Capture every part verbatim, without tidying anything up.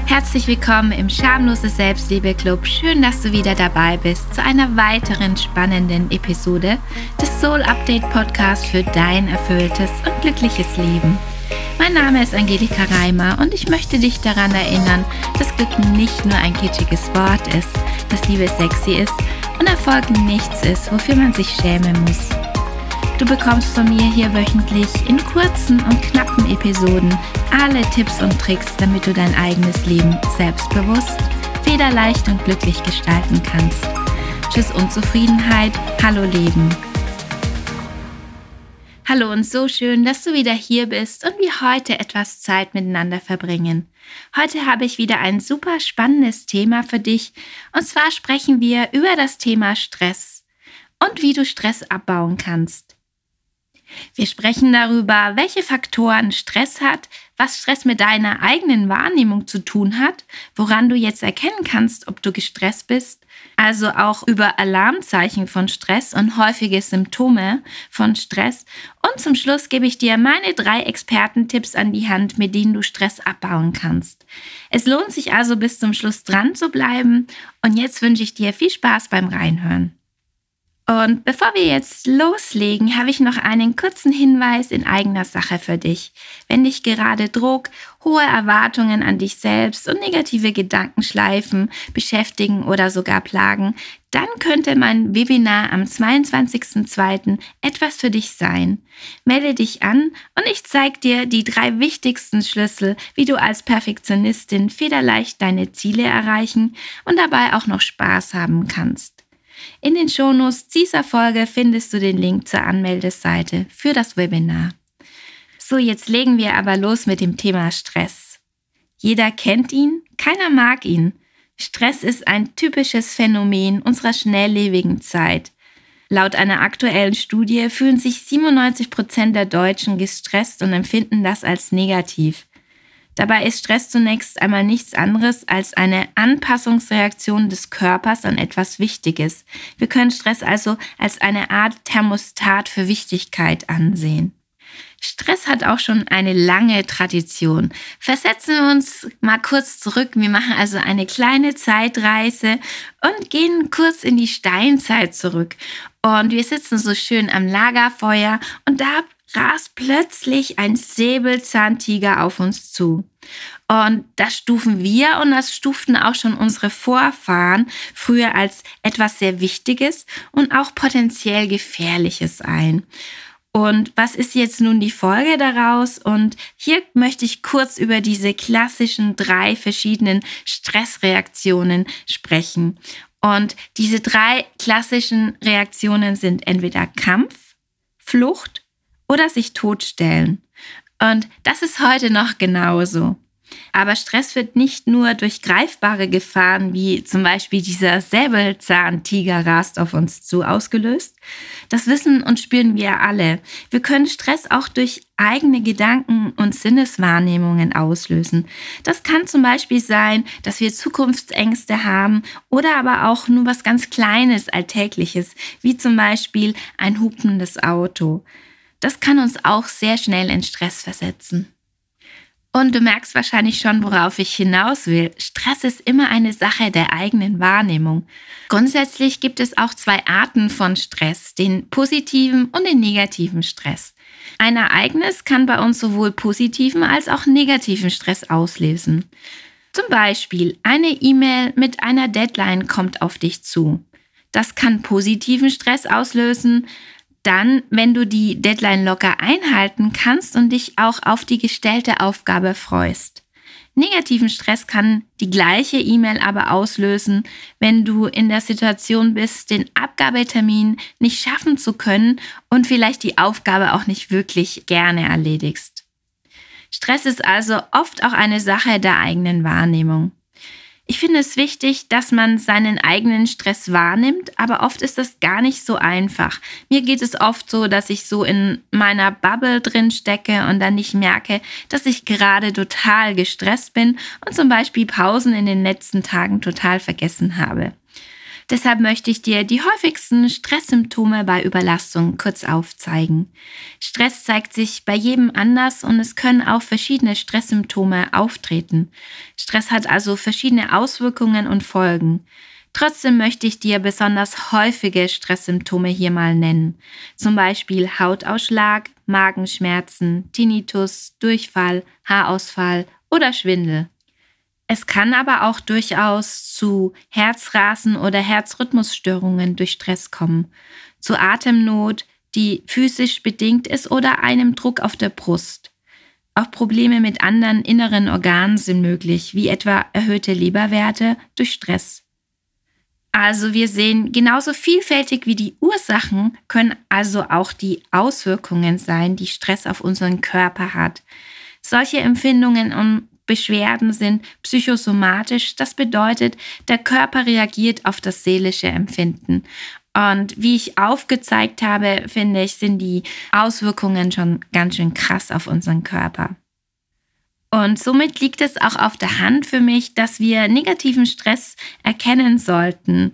Herzlich willkommen im Schamlose Selbstliebe-Club. Schön, dass du wieder dabei bist zu einer weiteren spannenden Episode des Soul Update Podcasts für dein erfülltes und glückliches Leben. Mein Name ist Angelika Reimer und ich möchte dich daran erinnern, dass Glück nicht nur ein kitschiges Wort ist, dass Liebe sexy ist und Erfolg nichts ist, wofür man sich schämen muss. Du bekommst von mir hier wöchentlich in kurzen und knappen Episoden alle Tipps und Tricks, damit du dein eigenes Leben selbstbewusst, federleicht und glücklich gestalten kannst. Tschüss Unzufriedenheit, hallo Leben. Hallo und so schön, dass du wieder hier bist und wir heute etwas Zeit miteinander verbringen. Heute habe ich wieder ein super spannendes Thema für dich und zwar sprechen wir über das Thema Stress und wie du Stress abbauen kannst. Wir sprechen darüber, welche Faktoren Stress hat, was Stress mit deiner eigenen Wahrnehmung zu tun hat, woran du jetzt erkennen kannst, ob du gestresst bist, also auch über Alarmzeichen von Stress und häufige Symptome von Stress. Und zum Schluss gebe ich dir meine drei Expertentipps an die Hand, mit denen du Stress abbauen kannst. Es lohnt sich also bis zum Schluss dran zu bleiben und jetzt wünsche ich dir viel Spaß beim Reinhören. Und bevor wir jetzt loslegen, habe ich noch einen kurzen Hinweis in eigener Sache für dich. Wenn dich gerade Druck, hohe Erwartungen an dich selbst und negative Gedankenschleifen beschäftigen oder sogar plagen, dann könnte mein Webinar am zweiundzwanzigsten zweiten etwas für dich sein. Melde dich an und ich zeige dir die drei wichtigsten Schlüssel, wie du als Perfektionistin federleicht deine Ziele erreichen und dabei auch noch Spaß haben kannst. In den Shownotes dieser Folge findest du den Link zur Anmeldeseite für das Webinar. So, jetzt legen wir aber los mit dem Thema Stress. Jeder kennt ihn, keiner mag ihn. Stress ist ein typisches Phänomen unserer schnelllebigen Zeit. Laut einer aktuellen Studie fühlen sich siebenundneunzig Prozent der Deutschen gestresst und empfinden das als negativ. Dabei ist Stress zunächst einmal nichts anderes als eine Anpassungsreaktion des Körpers an etwas Wichtiges. Wir können Stress also als eine Art Thermostat für Wichtigkeit ansehen. Stress hat auch schon eine lange Tradition. Versetzen wir uns mal kurz zurück. Wir machen also eine kleine Zeitreise und gehen kurz in die Steinzeit zurück. Und wir sitzen so schön am Lagerfeuer und da rast plötzlich ein Säbelzahntiger auf uns zu. Und das stufen wir und das stuften auch schon unsere Vorfahren früher als etwas sehr Wichtiges und auch potenziell Gefährliches ein. Und was ist jetzt nun die Folge daraus? Und hier möchte ich kurz über diese klassischen drei verschiedenen Stressreaktionen sprechen. Und diese drei klassischen Reaktionen sind entweder Kampf, Flucht oder sich totstellen. Und das ist heute noch genauso. Aber Stress wird nicht nur durch greifbare Gefahren, wie zum Beispiel dieser Säbelzahntiger rast auf uns zu, ausgelöst. Das wissen und spüren wir alle. Wir können Stress auch durch eigene Gedanken und Sinneswahrnehmungen auslösen. Das kann zum Beispiel sein, dass wir Zukunftsängste haben oder aber auch nur was ganz Kleines, Alltägliches, wie zum Beispiel ein hupendes Auto. Das kann uns auch sehr schnell in Stress versetzen. Und du merkst wahrscheinlich schon, worauf ich hinaus will. Stress ist immer eine Sache der eigenen Wahrnehmung. Grundsätzlich gibt es auch zwei Arten von Stress, den positiven und den negativen Stress. Ein Ereignis kann bei uns sowohl positiven als auch negativen Stress auslösen. Zum Beispiel eine E-Mail mit einer Deadline kommt auf dich zu. Das kann positiven Stress auslösen, dann, wenn du die Deadline locker einhalten kannst und dich auch auf die gestellte Aufgabe freust. Negativen Stress kann die gleiche E-Mail aber auslösen, wenn du in der Situation bist, den Abgabetermin nicht schaffen zu können und vielleicht die Aufgabe auch nicht wirklich gerne erledigst. Stress ist also oft auch eine Sache der eigenen Wahrnehmung. Ich finde es wichtig, dass man seinen eigenen Stress wahrnimmt, aber oft ist das gar nicht so einfach. Mir geht es oft so, dass ich so in meiner Bubble drin stecke und dann nicht merke, dass ich gerade total gestresst bin und zum Beispiel Pausen in den letzten Tagen total vergessen habe. Deshalb möchte ich dir die häufigsten Stresssymptome bei Überlastung kurz aufzeigen. Stress zeigt sich bei jedem anders und es können auch verschiedene Stresssymptome auftreten. Stress hat also verschiedene Auswirkungen und Folgen. Trotzdem möchte ich dir besonders häufige Stresssymptome hier mal nennen. Zum Beispiel Hautausschlag, Magenschmerzen, Tinnitus, Durchfall, Haarausfall oder Schwindel. Es kann aber auch durchaus zu Herzrasen oder Herzrhythmusstörungen durch Stress kommen, zu Atemnot, die physisch bedingt ist oder einem Druck auf der Brust. Auch Probleme mit anderen inneren Organen sind möglich, wie etwa erhöhte Leberwerte durch Stress. Also wir sehen, genauso vielfältig wie die Ursachen können also auch die Auswirkungen sein, die Stress auf unseren Körper hat. Solche Empfindungen und Beschwerden sind psychosomatisch. Das bedeutet, der Körper reagiert auf das seelische Empfinden. Und wie ich aufgezeigt habe, finde ich, sind die Auswirkungen schon ganz schön krass auf unseren Körper. Und somit liegt es auch auf der Hand für mich, dass wir negativen Stress erkennen sollten.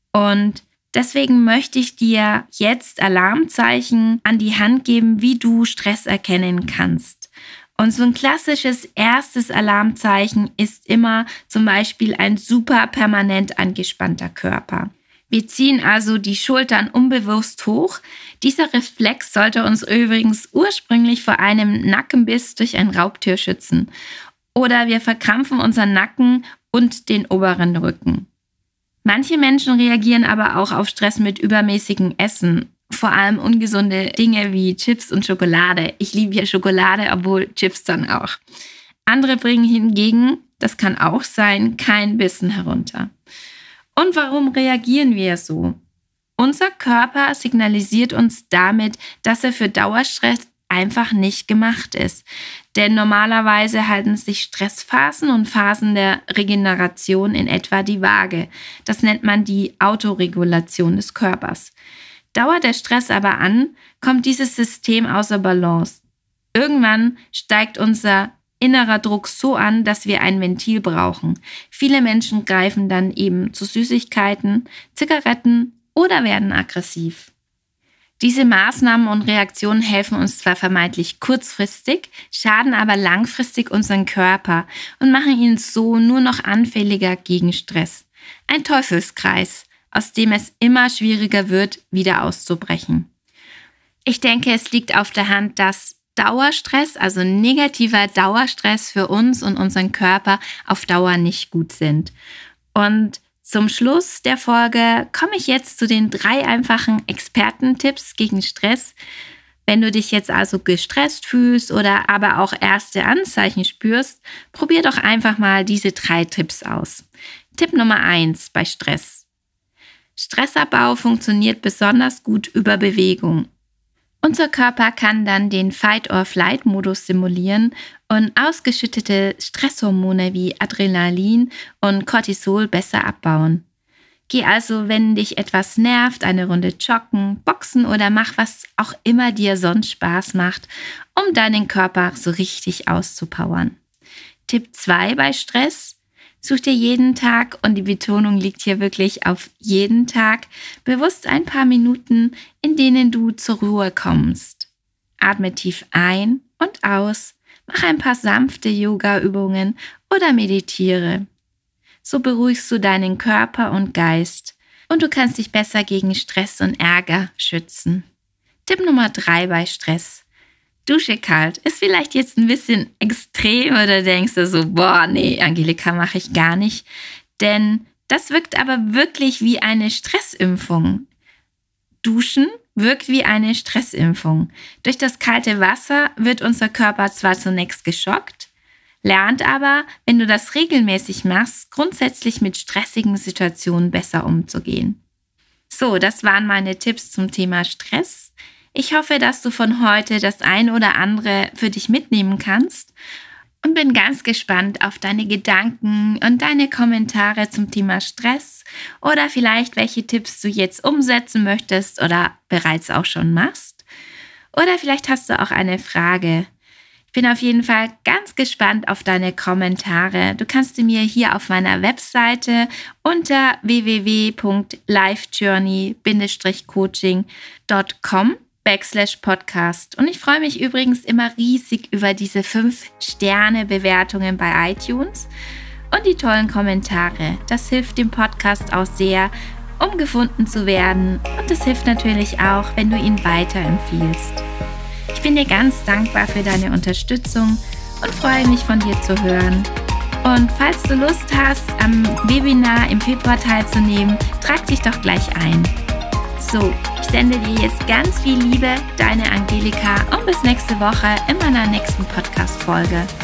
Und deswegen möchte ich dir jetzt Alarmzeichen an die Hand geben, wie du Stress erkennen kannst. Und so ein klassisches erstes Alarmzeichen ist immer zum Beispiel ein super permanent angespannter Körper. Wir ziehen also die Schultern unbewusst hoch. Dieser Reflex sollte uns übrigens ursprünglich vor einem Nackenbiss durch ein Raubtier schützen. Oder wir verkrampfen unseren Nacken und den oberen Rücken. Manche Menschen reagieren aber auch auf Stress mit übermäßigem Essen. Vor allem ungesunde Dinge wie Chips und Schokolade. Ich liebe ja Schokolade, obwohl Chips dann auch. Andere bringen hingegen, das kann auch sein, kein Bissen herunter. Und warum reagieren wir so? Unser Körper signalisiert uns damit, dass er für Dauerstress einfach nicht gemacht ist. Denn normalerweise halten sich Stressphasen und Phasen der Regeneration in etwa die Waage. Das nennt man die Autoregulation des Körpers. Dauert der Stress aber an, kommt dieses System außer Balance. Irgendwann steigt unser innerer Druck so an, dass wir ein Ventil brauchen. Viele Menschen greifen dann eben zu Süßigkeiten, Zigaretten oder werden aggressiv. Diese Maßnahmen und Reaktionen helfen uns zwar vermeintlich kurzfristig, schaden aber langfristig unseren Körper und machen ihn so nur noch anfälliger gegen Stress. Ein Teufelskreis, aus dem es immer schwieriger wird, wieder auszubrechen. Ich denke, es liegt auf der Hand, dass Dauerstress, also negativer Dauerstress für uns und unseren Körper auf Dauer nicht gut sind. Und zum Schluss der Folge komme ich jetzt zu den drei einfachen Expertentipps gegen Stress. Wenn du dich jetzt also gestresst fühlst oder aber auch erste Anzeichen spürst, probier doch einfach mal diese drei Tipps aus. Tipp Nummer eins bei Stress. Stressabbau funktioniert besonders gut über Bewegung. Unser Körper kann dann den Fight-or-Flight-Modus simulieren und ausgeschüttete Stresshormone wie Adrenalin und Cortisol besser abbauen. Geh also, wenn dich etwas nervt, eine Runde joggen, boxen oder mach was auch immer dir sonst Spaß macht, um deinen Körper so richtig auszupowern. Tipp zwei bei Stress. Such dir jeden Tag, und die Betonung liegt hier wirklich auf jeden Tag, bewusst ein paar Minuten, in denen du zur Ruhe kommst. Atme tief ein und aus, mach ein paar sanfte Yoga-Übungen oder meditiere. So beruhigst du deinen Körper und Geist und du kannst dich besser gegen Stress und Ärger schützen. Tipp Nummer drei bei Stress. Dusche kalt. Ist vielleicht jetzt ein bisschen extrem oder denkst du so, boah, nee, Angelika, mache ich gar nicht. Denn das wirkt aber wirklich wie eine Stressimpfung. Duschen wirkt wie eine Stressimpfung. Durch das kalte Wasser wird unser Körper zwar zunächst geschockt, lernt aber, wenn du das regelmäßig machst, grundsätzlich mit stressigen Situationen besser umzugehen. So, das waren meine Tipps zum Thema Stress. Ich hoffe, dass du von heute das ein oder andere für dich mitnehmen kannst und bin ganz gespannt auf deine Gedanken und deine Kommentare zum Thema Stress oder vielleicht welche Tipps du jetzt umsetzen möchtest oder bereits auch schon machst. Oder vielleicht hast du auch eine Frage. Bin auf jeden Fall ganz gespannt auf deine Kommentare. Du kannst sie mir hier auf meiner Webseite unter w w w punkt lifejourney Bindestrich coaching punkt com backslash podcast. Und ich freue mich übrigens immer riesig über diese fünf Sterne Bewertungen bei iTunes und die tollen Kommentare. Das hilft dem Podcast auch sehr, um gefunden zu werden. Und es hilft natürlich auch, wenn du ihn weiterempfiehlst. Ich bin dir ganz dankbar für deine Unterstützung und freue mich, von dir zu hören. Und falls du Lust hast, am Webinar im Februar teilzunehmen, trag dich doch gleich ein. So, ich sende dir jetzt ganz viel Liebe, deine Angelika, und bis nächste Woche in meiner nächsten Podcast-Folge.